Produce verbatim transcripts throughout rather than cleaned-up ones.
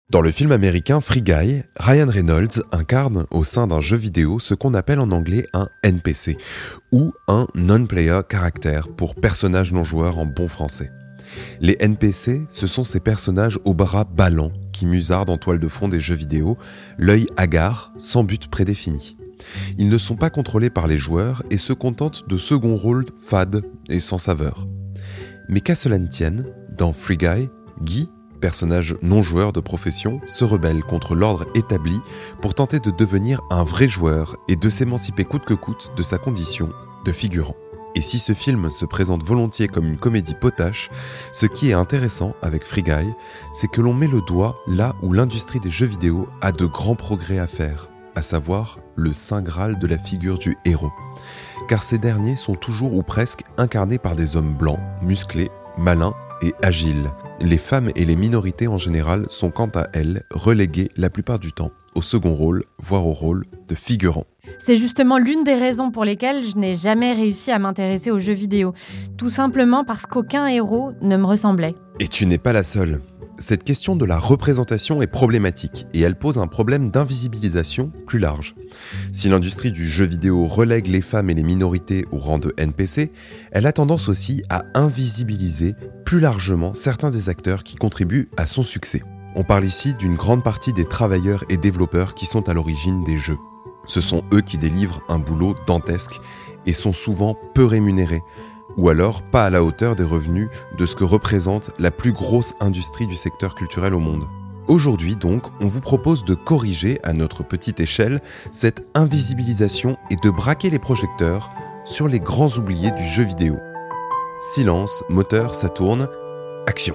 Dans le film américain Free Guy, Ryan Reynolds incarne au sein d'un jeu vidéo ce qu'on appelle en anglais un N P C, ou un Non-Player Character pour personnage non-joueur en bon français. Les N P C, ce sont ces personnages aux bras ballants qui musardent en toile de fond des jeux vidéo, l'œil hagard, sans but prédéfini. Ils ne sont pas contrôlés par les joueurs et se contentent de second rôles fades et sans saveur. Mais qu'à cela ne tienne, dans Free Guy, Guy, personnage non-joueur de profession, se rebelle contre l'ordre établi pour tenter de devenir un vrai joueur et de s'émanciper coûte que coûte de sa condition de figurant. Et si ce film se présente volontiers comme une comédie potache, ce qui est intéressant avec Free Guy, c'est que l'on met le doigt là où l'industrie des jeux vidéo a de grands progrès à faire, à savoir le saint graal de la figure du héros. Car ces derniers sont toujours ou presque incarnés par des hommes blancs, musclés, malins et agiles. Les femmes et les minorités en général sont quant à elles reléguées la plupart du temps au second rôle, voire au rôle de figurant. C'est justement l'une des raisons pour lesquelles je n'ai jamais réussi à m'intéresser aux jeux vidéo. Tout simplement parce qu'aucun héros ne me ressemblait. Et tu n'es pas la seule. Cette question de la représentation est problématique et elle pose un problème d'invisibilisation plus large. Si l'industrie du jeu vidéo relègue les femmes et les minorités au rang de N P C, elle a tendance aussi à invisibiliser plus largement certains des acteurs qui contribuent à son succès. On parle ici d'une grande partie des travailleurs et développeurs qui sont à l'origine des jeux. Ce sont eux qui délivrent un boulot dantesque et sont souvent peu rémunérés, ou alors pas à la hauteur des revenus de ce que représente la plus grosse industrie du secteur culturel au monde. Aujourd'hui donc, on vous propose de corriger à notre petite échelle cette invisibilisation et de braquer les projecteurs sur les grands oubliés du jeu vidéo. Silence, moteur, ça tourne, action.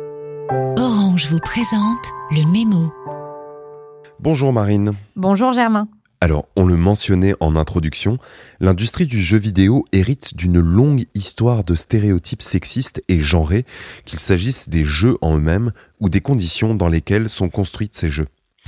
Orange vous présente le mémo. Bonjour Marine. Bonjour Germain. Alors, on le mentionnait en introduction, l'industrie du jeu vidéo hérite d'une longue histoire de stéréotypes sexistes et genrés, qu'il s'agisse des jeux en eux-mêmes ou des conditions dans lesquelles sont construits ces jeux.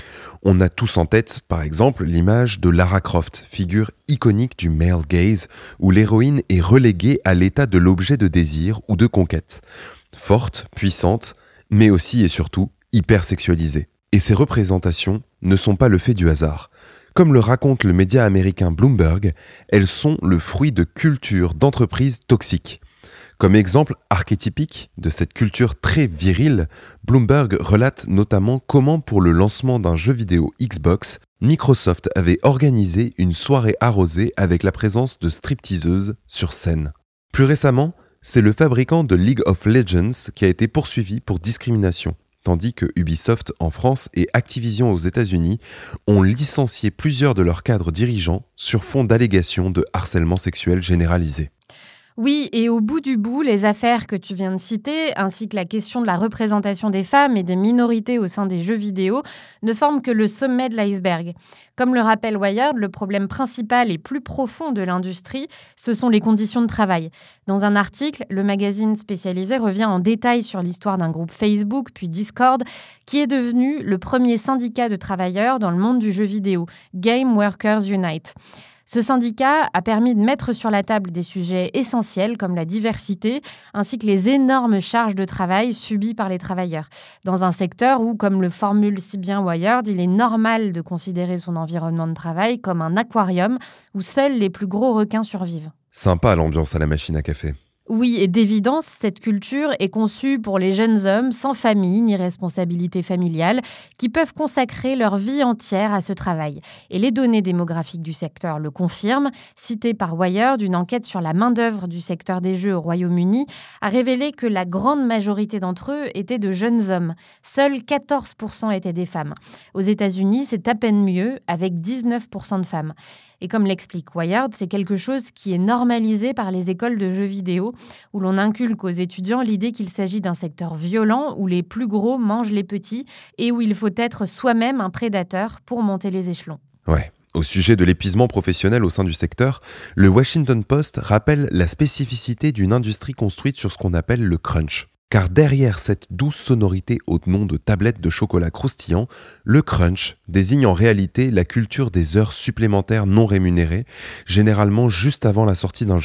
On a tous en tête, par exemple, l'image de Lara Croft, figure iconique du male gaze, où l'héroïne est reléguée à l'état de l'objet de désir ou de conquête. Forte, puissante, mais aussi et surtout hyper sexualisée. Et ces représentations ne sont pas le fait du hasard. Comme le raconte le média américain Bloomberg, elles sont le fruit de cultures d'entreprises toxiques. Comme exemple archétypique de cette culture très virile, Bloomberg relate notamment comment pour le lancement d'un jeu vidéo Xbox, Microsoft avait organisé une soirée arrosée avec la présence de stripteaseuses sur scène. Plus récemment, c'est le fabricant de League of Legends qui a été poursuivi pour discrimination, tandis que Ubisoft en France et Activision aux États-Unis ont licencié plusieurs de leurs cadres dirigeants sur fond d'allégations de harcèlement sexuel généralisé. Oui, et au bout du bout, les affaires que tu viens de citer, ainsi que la question de la représentation des femmes et des minorités au sein des jeux vidéo, ne forment que le sommet de l'iceberg. Comme le rappelle Wired, le problème principal et plus profond de l'industrie, ce sont les conditions de travail. Dans un article, le magazine spécialisé revient en détail sur l'histoire d'un groupe Facebook, puis Discord, qui est devenu le premier syndicat de travailleurs dans le monde du jeu vidéo, Game Workers Unite. Ce syndicat a permis de mettre sur la table des sujets essentiels comme la diversité, ainsi que les énormes charges de travail subies par les travailleurs. Dans un secteur où, comme le formule si bien Wired, il est normal de considérer son environnement de travail comme un aquarium où seuls les plus gros requins survivent. Sympa l'ambiance à la machine à café. Oui, et d'évidence, cette culture est conçue pour les jeunes hommes sans famille ni responsabilité familiale qui peuvent consacrer leur vie entière à ce travail. Et les données démographiques du secteur le confirment. Citée par Wired, une enquête sur la main-d'œuvre du secteur des jeux au Royaume-Uni a révélé que la grande majorité d'entre eux étaient de jeunes hommes. Seuls quatorze pour cent étaient des femmes. Aux États-Unis, c'est à peine mieux, avec dix-neuf pour cent de femmes. Et comme l'explique Wired, c'est quelque chose qui est normalisé par les écoles de jeux vidéo, où l'on inculque aux étudiants l'idée qu'il s'agit d'un secteur violent où les plus gros mangent les petits et où il faut être soi-même un prédateur pour monter les échelons. Ouais. Au sujet de l'épuisement professionnel au sein du secteur, le Washington Post rappelle la spécificité d'une industrie construite sur ce qu'on appelle le crunch. Car derrière cette douce sonorité au nom de tablettes de chocolat croustillant, le crunch désigne en réalité la culture des heures supplémentaires non rémunérées, généralement juste avant la sortie d'un jeu.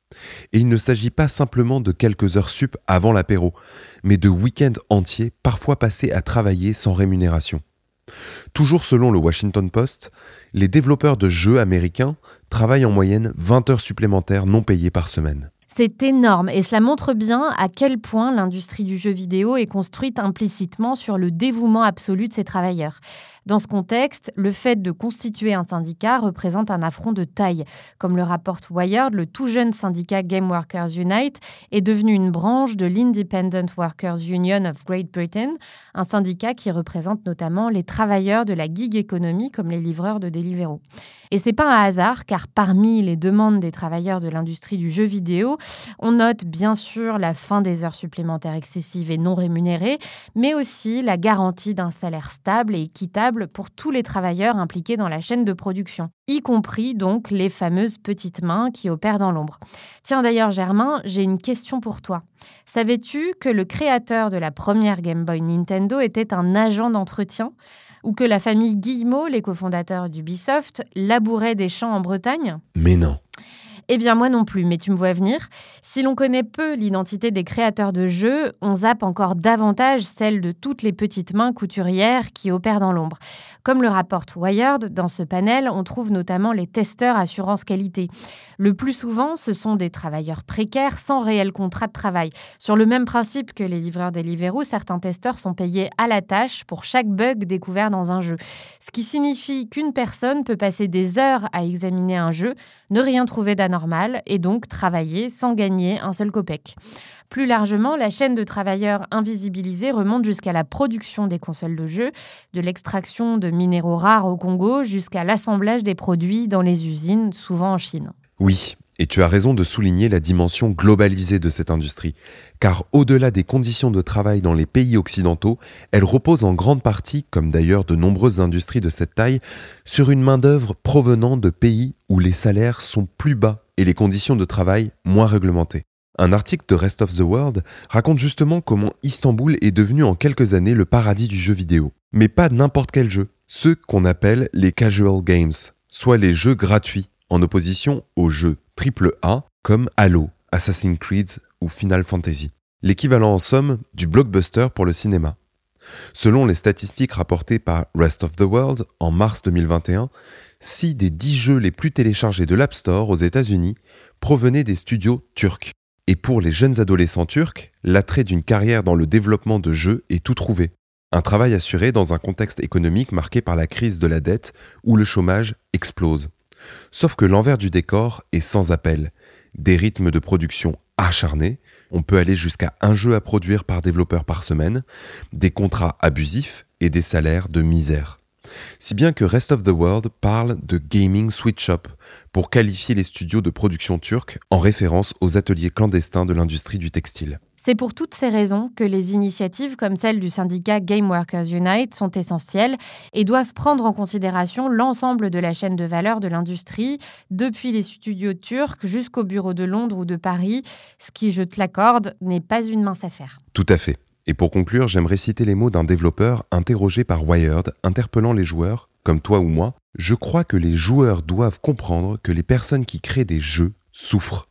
Et il ne s'agit pas simplement de quelques heures sup avant l'apéro, mais de week-ends entiers, parfois passés à travailler sans rémunération. Toujours selon le Washington Post, les développeurs de jeux américains travaillent en moyenne vingt heures supplémentaires non payées par semaine. C'est énorme et cela montre bien à quel point l'industrie du jeu vidéo est construite implicitement sur le dévouement absolu de ses travailleurs. Dans ce contexte, le fait de constituer un syndicat représente un affront de taille. Comme le rapporte Wired, le tout jeune syndicat Game Workers Unite est devenu une branche de l'Independent Workers Union of Great Britain, un syndicat qui représente notamment les travailleurs de la gig economy comme les livreurs de Deliveroo. Et c'est pas un hasard, car parmi les demandes des travailleurs de l'industrie du jeu vidéo, on note bien sûr la fin des heures supplémentaires excessives et non rémunérées, mais aussi la garantie d'un salaire stable et équitable pour tous les travailleurs impliqués dans la chaîne de production, y compris donc les fameuses petites mains qui opèrent dans l'ombre. Tiens d'ailleurs Germain, j'ai une question pour toi. Savais-tu que le créateur de la première Game Boy Nintendo était un agent d'entretien ? Ou que la famille Guillemot, les cofondateurs d'Ubisoft, labourait des champs en Bretagne ? Mais non. Eh bien, moi non plus, mais tu me vois venir. Si l'on connaît peu l'identité des créateurs de jeux, on zappe encore davantage celle de toutes les petites mains couturières qui opèrent dans l'ombre. Comme le rapporte Wired, dans ce panel, on trouve notamment les testeurs assurance qualité. Le plus souvent, ce sont des travailleurs précaires sans réel contrat de travail. Sur le même principe que les livreurs Deliveroo, certains testeurs sont payés à la tâche pour chaque bug découvert dans un jeu. Ce qui signifie qu'une personne peut passer des heures à examiner un jeu, ne rien trouver d'anormal, et donc travailler sans gagner un seul copec. Plus largement, la chaîne de travailleurs invisibilisés remonte jusqu'à la production des consoles de jeux, de l'extraction de minéraux rares au Congo jusqu'à l'assemblage des produits dans les usines, souvent en Chine. Oui, et tu as raison de souligner la dimension globalisée de cette industrie, car au-delà des conditions de travail dans les pays occidentaux, elle repose en grande partie, comme d'ailleurs de nombreuses industries de cette taille, sur une main-d'œuvre provenant de pays où les salaires sont plus bas et les conditions de travail moins réglementées. Un article de Rest of the World raconte justement comment Istanbul est devenu en quelques années le paradis du jeu vidéo. Mais pas n'importe quel jeu, ceux qu'on appelle les casual games, soit les jeux gratuits, en opposition aux jeux triple A comme Halo, Assassin's Creed ou Final Fantasy. L'équivalent en somme du blockbuster pour le cinéma. Selon les statistiques rapportées par Rest of the World en mars deux mille vingt et un, six des dix jeux les plus téléchargés de l'App Store aux États-Unis provenaient des studios turcs. Et pour les jeunes adolescents turcs, l'attrait d'une carrière dans le développement de jeux est tout trouvé. Un travail assuré dans un contexte économique marqué par la crise de la dette où le chômage explose. Sauf que l'envers du décor est sans appel. Des rythmes de production acharnés, on peut aller jusqu'à un jeu à produire par développeur par semaine, des contrats abusifs et des salaires de misère. Si bien que Rest of the World parle de gaming sweatshop pour qualifier les studios de production turcs en référence aux ateliers clandestins de l'industrie du textile. C'est pour toutes ces raisons que les initiatives comme celle du syndicat Game Workers Unite sont essentielles et doivent prendre en considération l'ensemble de la chaîne de valeur de l'industrie, depuis les studios turcs jusqu'aux bureaux de Londres ou de Paris, ce qui, je te l'accorde, n'est pas une mince affaire. Tout à fait. Et pour conclure, j'aimerais citer les mots d'un développeur interrogé par Wired, interpellant les joueurs, comme toi ou moi. Je crois que les joueurs doivent comprendre que les personnes qui créent des jeux souffrent.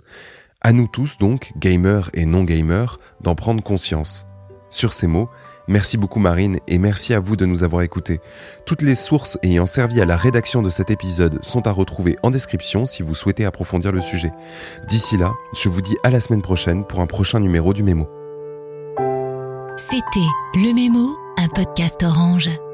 À nous tous donc, gamers et non-gamers, d'en prendre conscience. Sur ces mots, merci beaucoup Marine et merci à vous de nous avoir écoutés. Toutes les sources ayant servi à la rédaction de cet épisode sont à retrouver en description si vous souhaitez approfondir le sujet. D'ici là, je vous dis à la semaine prochaine pour un prochain numéro du Mémo. C'était Le Mémo, un podcast Orange.